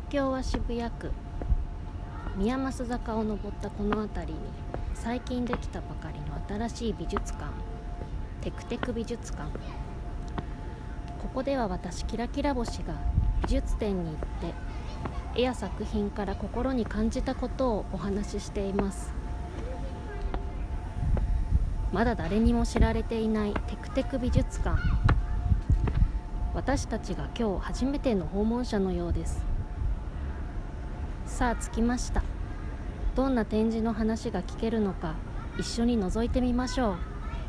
京は渋谷区宮益坂を登ったこの辺りに最近できたばかりの新しい美術館、テクテク美術館。ここでは私キラキラ星が美術展に行って絵や作品から心に感じたことをお話ししています。まだ誰にも知られていないテクテク美術館、私たちが今日初めての訪問者のようです。さあ着きました。どんな展示の話が聞けるのか一緒に覗いてみましょう。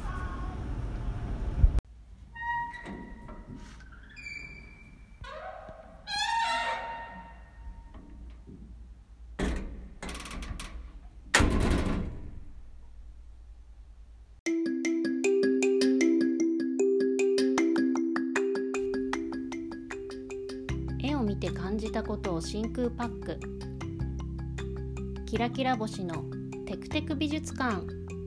絵を見て感じたことを真空パック、キラキラ星のテクテク美術館。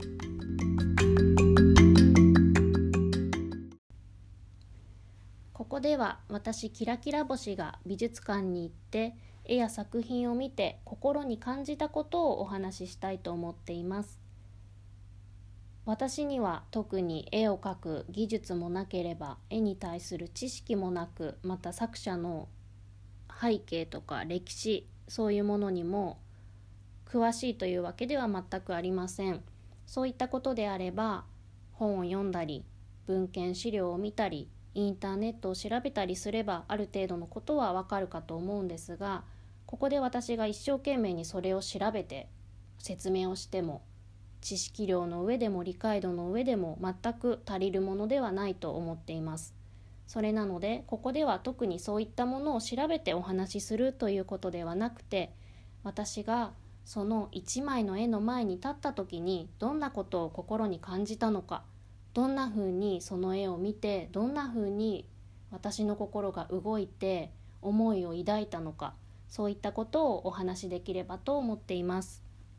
ここでは私キラキラ星が美術館に行って絵や作品を見て心に感じたことをお話ししたいと思っています。私には特に絵を描く技術もなければ絵に対する知識もなく、また作者の背景とか歴史、そういうものにも詳しいというわけでは全くありません。そういったことであれば本を読んだり文献資料を見たりインターネットを調べたりすればある程度のことはわかるかと思うんですが、ここで私が一生懸命にそれを調べて説明をしても知識量の上でも理解度の上でも全く足りるものではないと思っています。それなのでここでは特にそういったものを調べてお話しするということではなくて、私がその一枚の絵の前に立った時にどんなことを心に感じたのか、どんなふうにその絵を見てどんなふうに私の心が動いて思いを抱いたのか、そういったことをお話しできればと思っています。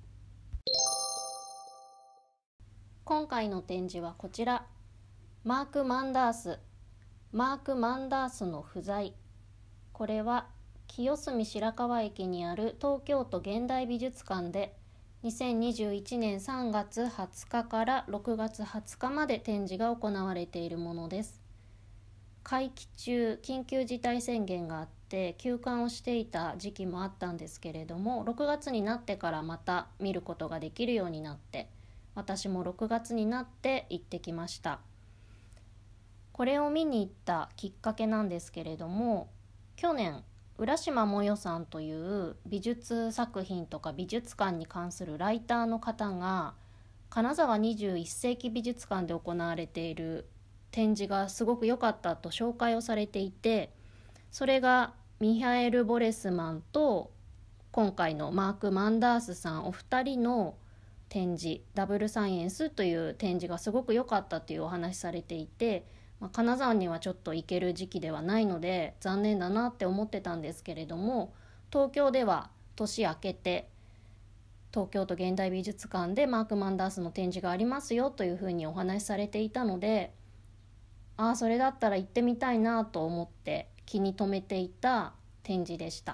今回の展示はこちら、マーク・マンダースの不在。これは清澄白河駅にある東京都現代美術館で2021年3月20日から6月20日まで展示が行われているものです。会期中緊急事態宣言があって休館をしていた時期もあったんですけれども、6月になってからまた見ることができるようになって、私も6月になって行ってきました。これを見に行ったきっかけなんですけれども、去年浦島もよさんという美術作品とか美術館に関するライターの方が金沢21世紀美術館で行われている展示がすごく良かったと紹介をされていて、それがミハエル・ボレスマンと今回のマーク・マンダースさんお二人の展示、ダブルサイエンスという展示がすごく良かったというお話されていて、金沢にはちょっと行ける時期ではないので残念だなって思ってたんですけれども、東京では年明けて東京都現代美術館でマーク・マンダースの展示がありますよというふうにお話しされていたので、それだったら行ってみたいなと思って気に留めていた展示でした。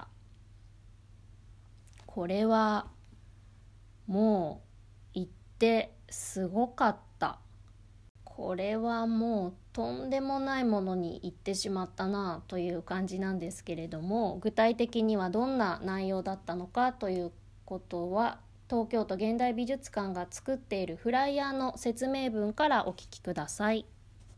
これはもう行ってすごかった。これはもうとんでもないものに行ってしまったなという感じなんですけれども、具体的にはどんな内容だったのかということは東京都現代美術館が作っているフライヤーの説明文からお聞きください。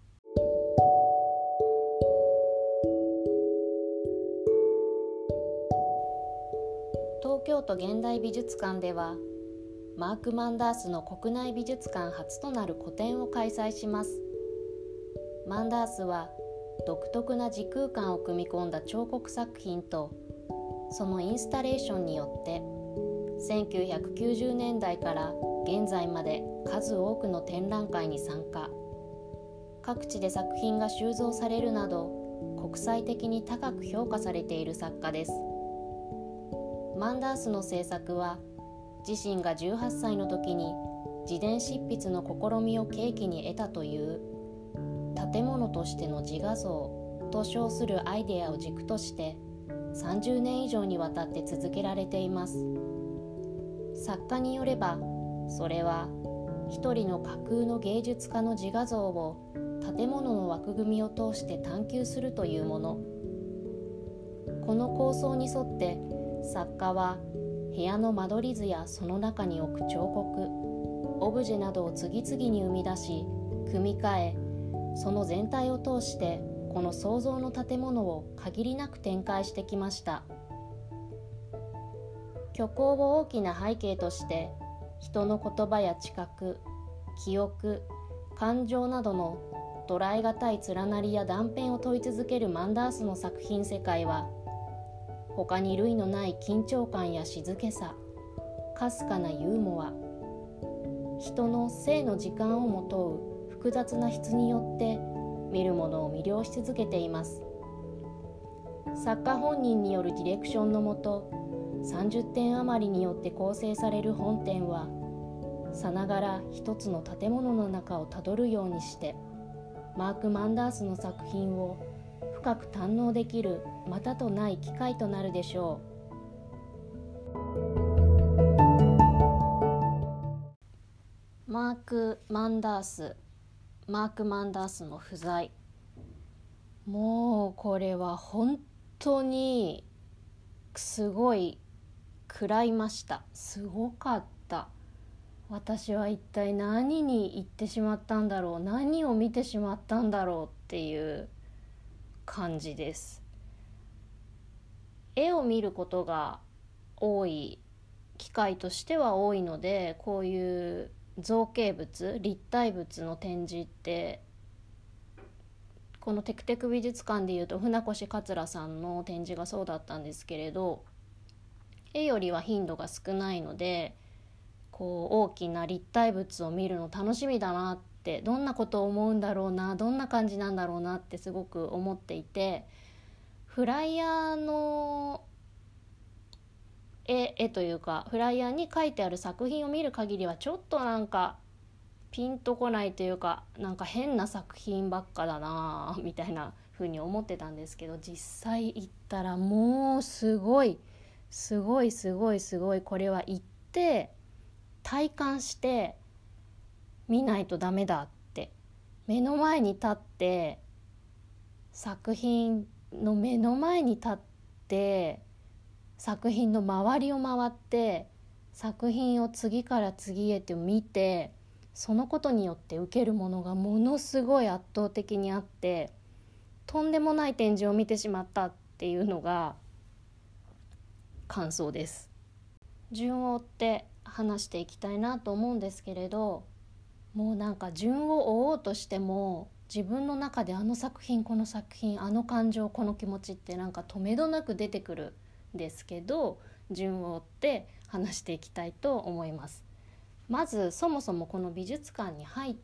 東京都現代美術館ではマーク・マンダースの国内美術館初となる個展を開催します。マンダースは独特な時空間を組み込んだ彫刻作品とそのインスタレーションによって1990年代から現在まで数多くの展覧会に参加、各地で作品が収蔵されるなど国際的に高く評価されている作家です。マンダースの制作は自身が18歳の時に自伝執筆の試みを契機に得たという建物としての自画像と称するアイデアを軸として 30年以上にわたって続けられています。作家によれば、それは一人の架空の芸術家の自画像を建物の枠組みを通して探求するというもの。この構想に沿って作家は部屋の間取り図やその中に置く彫刻、オブジェなどを次々に生み出し、組み替え、その全体を通してこの創造の建物を限りなく展開してきました。虚構を大きな背景として人の言葉や知覚、記憶、感情などの捉えがたい連なりや断片を問い続けるマンダースの作品世界は、他に類のない緊張感や静けさ、かすかなユーモア、人の生の時間をも問う複雑な質によって見る者を魅了し続けています。作家本人によるディレクションのもと、30点余りによって構成される本展は、さながら一つの建物の中をたどるようにして、マーク・マンダースの作品を深く堪能できるまたとない機会となるでしょう。マーク・マンダースの不在。もうこれは本当にすごい食らいました。すごかった。私は一体何に行ってしまったんだろう、何を見てしまったんだろうっていう感じです。絵を見ることが多い機会としては多いので、こういう造形物、立体物の展示って、このテクテク美術館でいうと船越桂さんの展示がそうだったんですけれど、絵よりは頻度が少ないので、こう大きな立体物を見るの楽しみだなって、どんなことを思うんだろうな、どんな感じなんだろうなってすごく思っていて、フライヤーの絵というか、フライヤーに書いてある作品を見る限りはちょっとなんかピンとこないというか、なんか変な作品ばっかだなみたいな風に思ってたんですけど、実際行ったらもうすごいこれは行って体感して見ないとダメだって、目の前に立って、作品の目の前に立って、作品の周りを回って、作品を次から次へと見て、そのことによって受けるものがものすごい圧倒的にあって、とんでもない展示を見てしまったっていうのが感想です。順を追って話していきたいなと思うんですけれど、もうなんか順を追おうとしても、自分の中であの作品、この作品、あの感情、この気持ちってなんか止めどなく出てくるんですけど、順を追って話していきたいと思います。まずそもそもこの美術館に入って、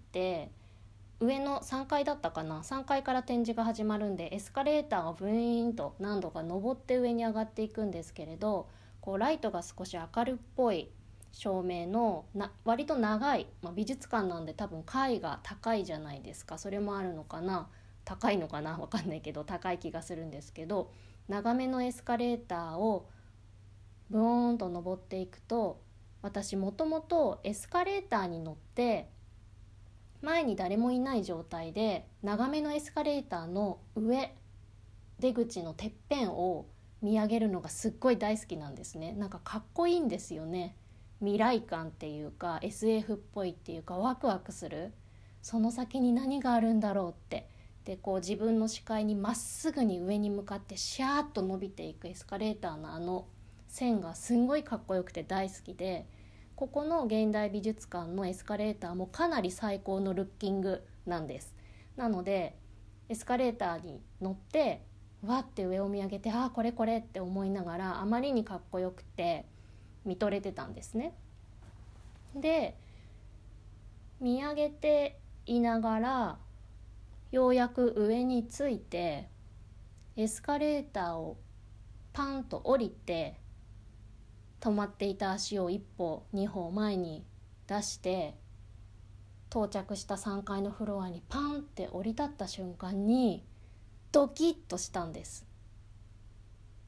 上の3階だったかな、3階から展示が始まるんで、エスカレーターをブイーンと何度か登って上に上がっていくんですけれど、こうライトが少し明るっぽい照明の割と長い、美術館なんで多分階が高いじゃないですか。それもあるのかな、高いのかな、分かんないけど高い気がするんですけど、長めのエスカレーターをブーンと登っていくと、私もともとエスカレーターに乗って前に誰もいない状態で、長めのエスカレーターの上、出口のてっぺんを見上げるのがすっごい大好きなんですね。なんかかっこいいんですよね。未来感っていうか SF っぽいっていうか、ワクワクする、その先に何があるんだろうって。でこう自分の視界にまっすぐに上に向かってシャーッと伸びていくエスカレーターのあの線がすんごいかっこよくて大好きで、ここの現代美術館のエスカレーターもかなり最高のルッキングなんです。なのでエスカレーターに乗ってわって上を見上げて、これって思いながら、あまりにかっこよくて見とれてたんですね。で見上げていながら、ようやく上に着いてエスカレーターをパンと降りて、止まっていた足を一歩二歩前に出して、到着した3階のフロアにパンって降り立った瞬間にドキッとしたんです。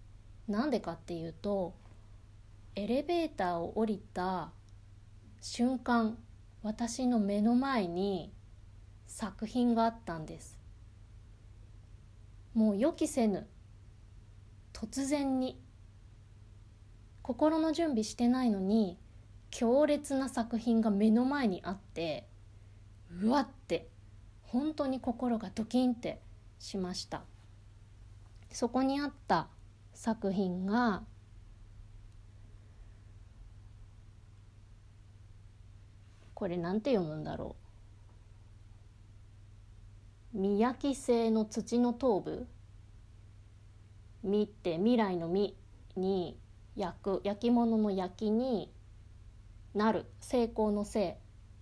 なんでかっていうと、エレベーターを降りた瞬間、私の目の前に作品があったんです。もう予期せぬ、突然に、心の準備してないのに強烈な作品が目の前にあって、うわって本当に心がドキンってしました。そこにあった作品が、これなんて読むんだろう。見焼き製の土の頭部、見って未来の見に焼く、焼き物の焼きになる、成功のせ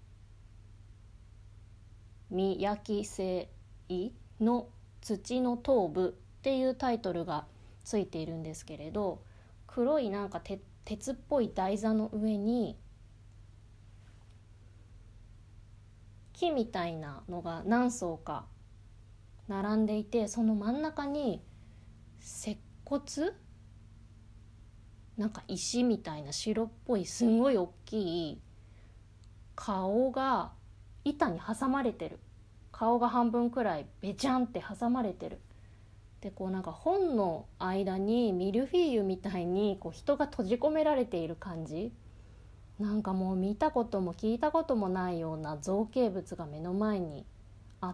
い、見焼き製の土の頭部っていうタイトルがついているんですけれど、黒いなんか鉄っぽい台座の上に木みたいなのが何層か並んでいて、その真ん中に石骨、なんか石みたいな白っぽいすんごい大きい顔が板に挟まれてる。顔が半分くらいべちゃんって挟まれてる。でこうなんか本の間にミルフィーユみたいにこう人が閉じ込められている感じ、なんかもう見たことも聞いたこともないような造形物が目の前にあって、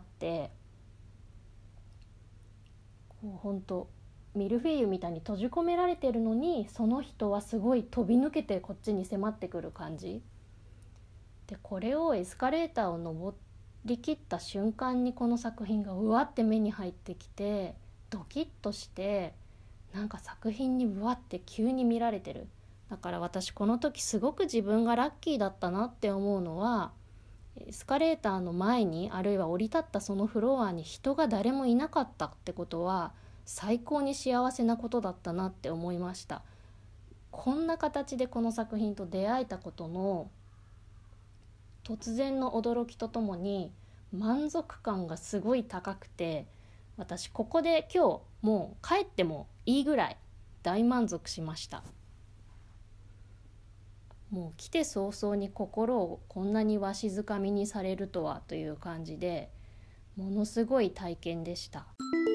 こうほんとミルフィーユみたいに閉じ込められてるのに、その人はすごい飛び抜けてこっちに迫ってくる感じで、これをエスカレーターを登り切った瞬間にこの作品がうわって目に入ってきて、ドキッとして、なんか作品にうわって急に見られてる。だから私この時すごく自分がラッキーだったなって思うのは、エスカレーターの前に、あるいは降り立ったそのフロアに人が誰もいなかったってことは最高に幸せなことだったなって思いました。こんな形でこの作品と出会えたことの突然の驚きとともに満足感がすごい高くて、私ここで今日もう帰ってもいいぐらい大満足しました。もう来て早々に心をこんなにわしづかみにされるとはという感じで、ものすごい体験でした。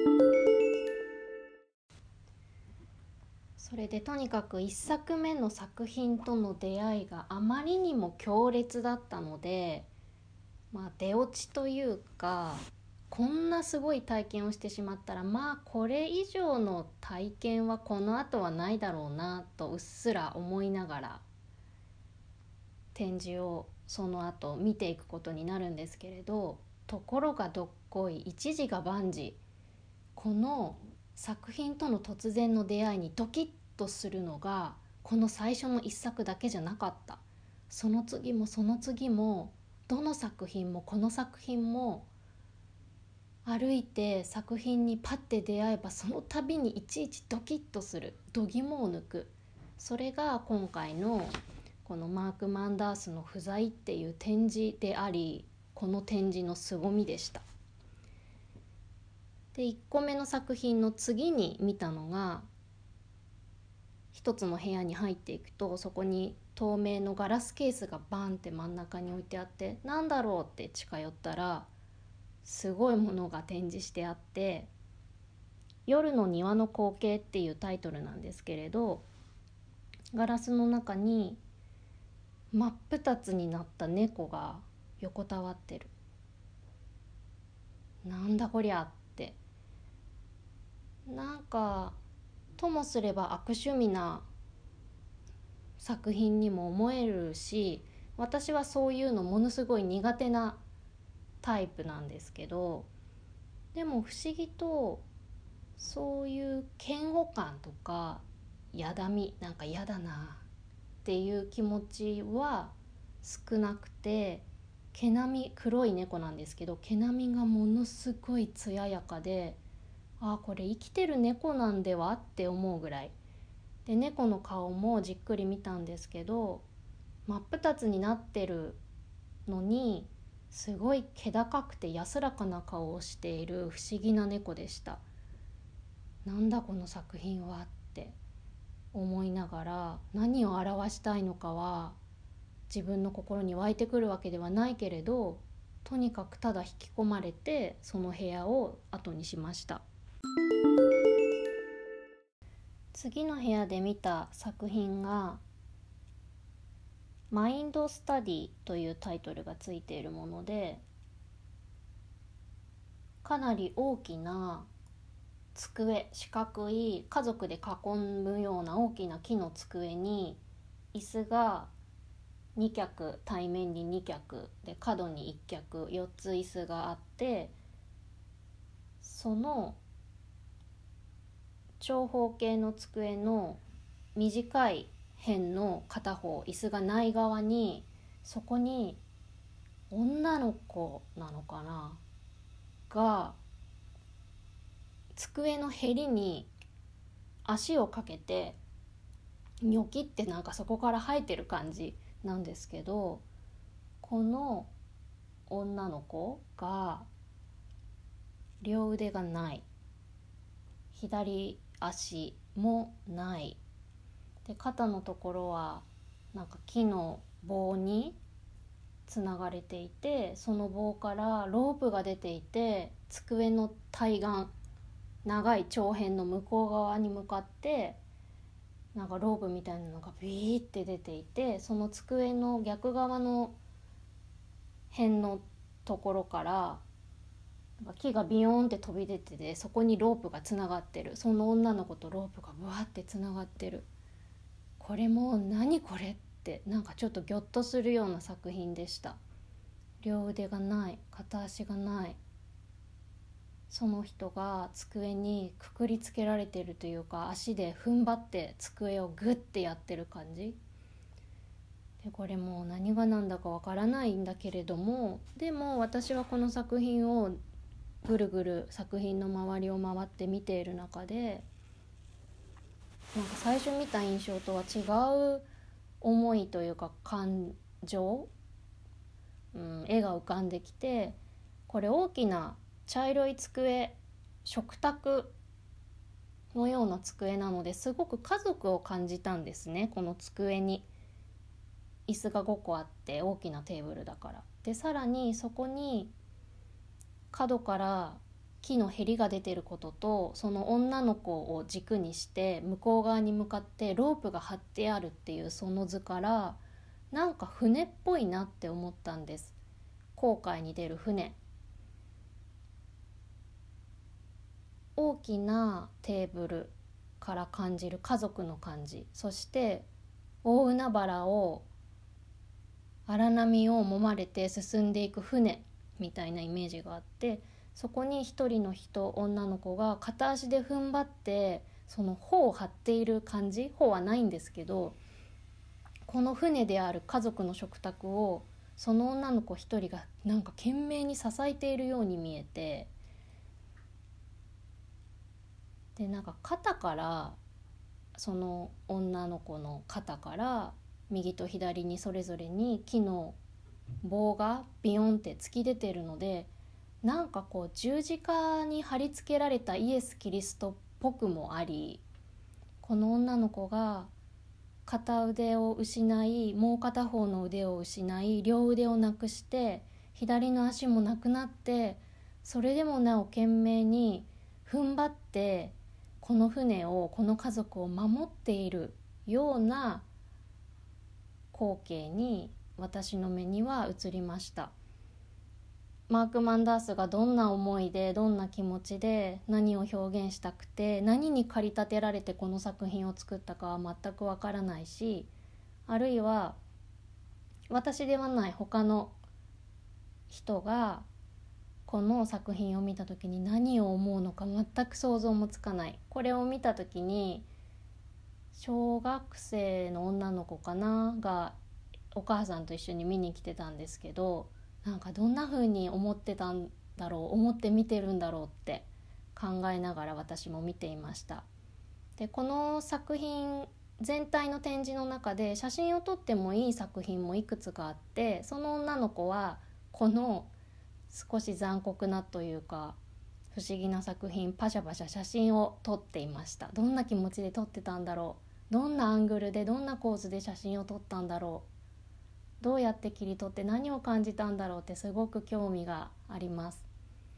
それでとにかく一作目の作品との出会いがあまりにも強烈だったので、出落ちというか、こんなすごい体験をしてしまったら、これ以上の体験はこの後はないだろうなとうっすら思いながら展示をその後見ていくことになるんですけれど、ところがどっこい、一時が万事、この作品との突然の出会いにドキッとするのがこの最初の一作だけじゃなかった。その次もその次も、どの作品もこの作品も、歩いて作品にパッて出会えばその度にいちいちドキッとする、度肝を抜く。それが今回のこのマーク・マンダースの不在っていう展示であり、この展示の凄みでした。で1個目の作品の次に見たのが、一つの部屋に入っていくと、そこに透明のガラスケースがバンって真ん中に置いてあって、なんだろうって近寄ったらすごいものが展示してあって、夜の庭の光景っていうタイトルなんですけれど、ガラスの中に真っ二つになった猫が横たわってる。なんだこりゃって、なんかともすれば悪趣味な作品にも思えるし、私はそういうのものすごい苦手なタイプなんですけど、でも不思議とそういう嫌悪感とかやだみ、なんかやだなっていう気持ちは少なくて、毛並み、黒い猫なんですけど毛並みがものすごい艶やかで、これ生きてる猫なんではって思うぐらいで、猫の顔もじっくり見たんですけど、真っ二つになってるのにすごい気高くて安らかな顔をしている不思議な猫でした。なんだこの作品はって。 思いながら、何を表したいのかは自分の心に湧いてくるわけではないけれど、とにかくただ引き込まれてその部屋を後にしました。次の部屋で見た作品がマインドスタディというタイトルがついているもので、かなり大きな机、四角い家族で囲むような大きな木の机に椅子が2脚、対面に2脚で角に1脚、4つ椅子があって、その長方形の机の短い辺の片方、椅子がない側に、そこに女の子なのかなが机のへりに足をかけてニョキってなんかそこから生えてる感じなんですけど、この女の子が両腕がない、左足もない、で肩のところはなんか木の棒につながれていて、その棒からロープが出ていて、机の対岸、長い長辺の向こう側に向かってなんかロープみたいなのがビーって出ていて、その机の逆側の辺のところからなんか木がビヨーンって飛び出てて、そこにロープがつながってる、その女の子とロープがブワってつながってる。これも何これってなんかちょっとギョッとするような作品でした。両腕がない、片足がない、その人が机にくくりつけられてるというか、足で踏ん張って机をグッてやってる感じで、これもう何が何だかわからないんだけれども、でも私はこの作品をぐるぐる作品の周りを回って見ている中で、なんか最初見た印象とは違う思いというか感情、絵が浮かんできて、これ大きな茶色い机、食卓のような机なのですごく家族を感じたんですね。この机に椅子が5個あって大きなテーブルだから。でさらにそこに角から木のへりが出てることと、その女の子を軸にして向こう側に向かってロープが張ってあるっていうその図から、なんか船っぽいなって思ったんです。航海に出る船、大きなテーブルから感じる家族の感じ、そして大海原を荒波を揉まれて進んでいく船みたいなイメージがあって、そこに一人の人、女の子が片足で踏ん張ってその帆を張っている感じ、帆はないんですけど、この船である家族の食卓をその女の子一人がなんか懸命に支えているように見えて、でなんか肩から、その女の子の肩から右と左にそれぞれに木の棒がビヨンって突き出てるので、なんかこう十字架に貼り付けられたイエス・キリストっぽくもあり、この女の子が片腕を失い、もう片方の腕を失い、両腕をなくして左の足もなくなって、それでもなお懸命に踏ん張ってこの船を、この家族を守っているような光景に私の目には映りました。マーク・マンダースがどんな思いで、どんな気持ちで何を表現したくて、何に駆り立てられてこの作品を作ったかは全くわからないし、あるいは私ではない他の人がこの作品を見た時に何を思うのか全く想像もつかない。これを見た時に小学生の女の子かながお母さんと一緒に見に来てたんですけど、なんかどんな風に思ってたんだろう、思って見てるんだろうって考えながら私も見ていました。でこの作品全体の展示の中で写真を撮ってもいい作品もいくつかあって、その女の子はこの少し残酷なというか不思議な作品パシャパシャ写真を撮っていました。どんな気持ちで撮ってたんだろどんなアングルでどんな構図で写真を撮ったんだろう、どうやって切り取って何を感じたんだろうってすごく興味があります。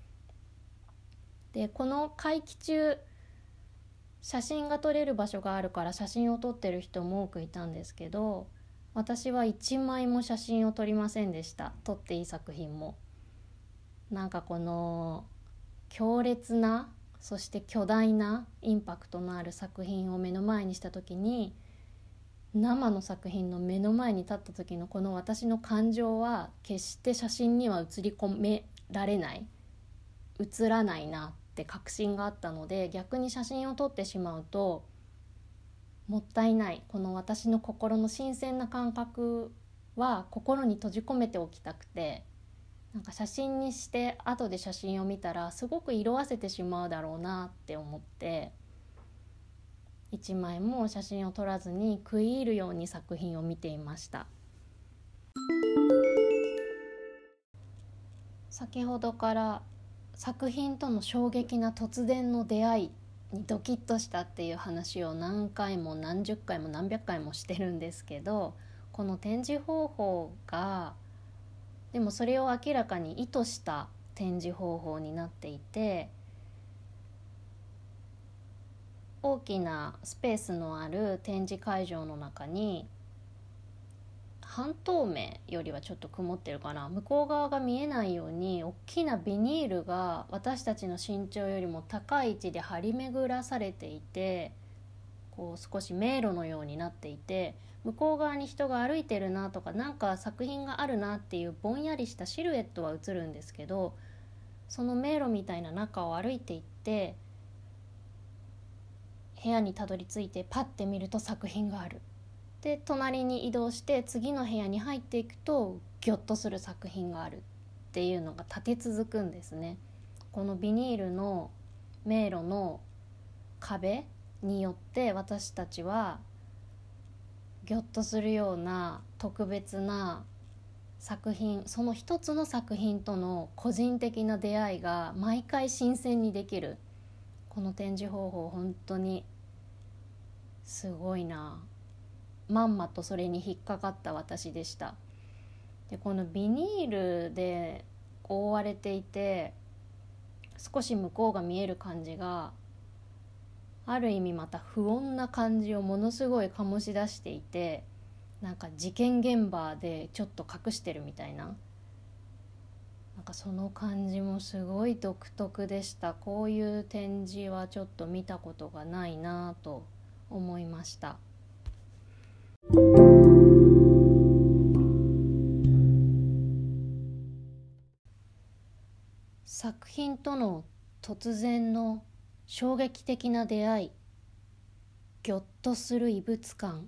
でこの会期中写真が撮れる場所があるから写真を撮ってる人も多くいたんですけど、私は一枚も写真を撮りませんでした。撮っていい作品も。なんかこの強烈な、そして巨大なインパクトのある作品を目の前にした時に、生の作品の目の前に立った時のこの私の感情は決して写真には映り込められない、映らないなって確信があったので、逆に写真を撮ってしまうともったいない、この私の心の新鮮な感覚は心に閉じ込めておきたくて、なんか写真にして後で写真を見たらすごく色あせてしまうだろうなって思って、一枚も写真を撮らずに食い入るように作品を見ていました。先ほどから作品との衝撃な突然の出会いにドキッとしたっていう話を何回も何十回も何百回もしてるんですけど、この展示方法がでもそれを明らかに意図した展示方法になっていて、大きなスペースのある展示会場の中に、半透明よりはちょっと曇ってるかな、向こう側が見えないように大きなビニールが私たちの身長よりも高い位置で張り巡らされていて、こう少し迷路のようになっていて、向こう側に人が歩いてるなとか、なんか作品があるなっていうぼんやりしたシルエットは映るんですけど、その迷路みたいな中を歩いていって部屋にたどり着いて、パッて見ると作品がある。で隣に移動して次の部屋に入っていくとギョッとする作品があるっていうのが立て続くんですね。このビニールの迷路の壁によって私たちはギョッとするような特別な作品、その一つの作品との個人的な出会いが毎回新鮮にできる。この展示方法本当にすごいな。まんまとそれに引っかかった私でした。でこのビニールで覆われていて少し向こうが見える感じが、ある意味また不穏な感じをものすごい醸し出していて、なんか事件現場でちょっと隠してるみたいな、なんかその感じもすごい独特でした。こういう展示はちょっと見たことがないなと思いました。作品との突然の衝撃的な出会い、ギョッとする異物感。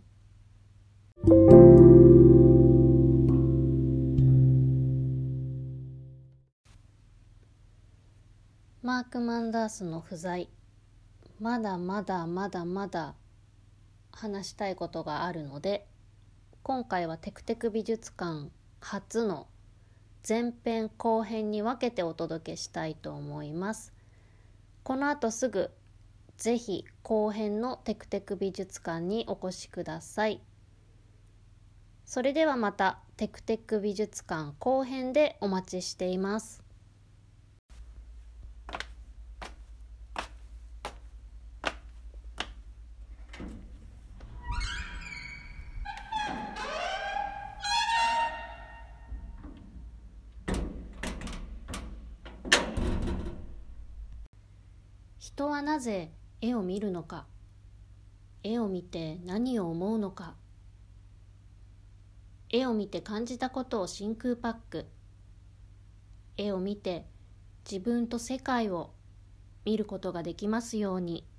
マーク・マンダースの不在、まだまだまだまだ話したいことがあるので、今回はテクテク美術館初の前編後編に分けてお届けしたいと思います。この後すぐぜひ後編のテクテク美術館にお越しください。それではまたテクテク美術館後編でお待ちしています。人はなぜ絵を見るのか、絵を見て何を思うのか、絵を見て感じたことを真空パック、絵を見て自分と世界を見ることができますように。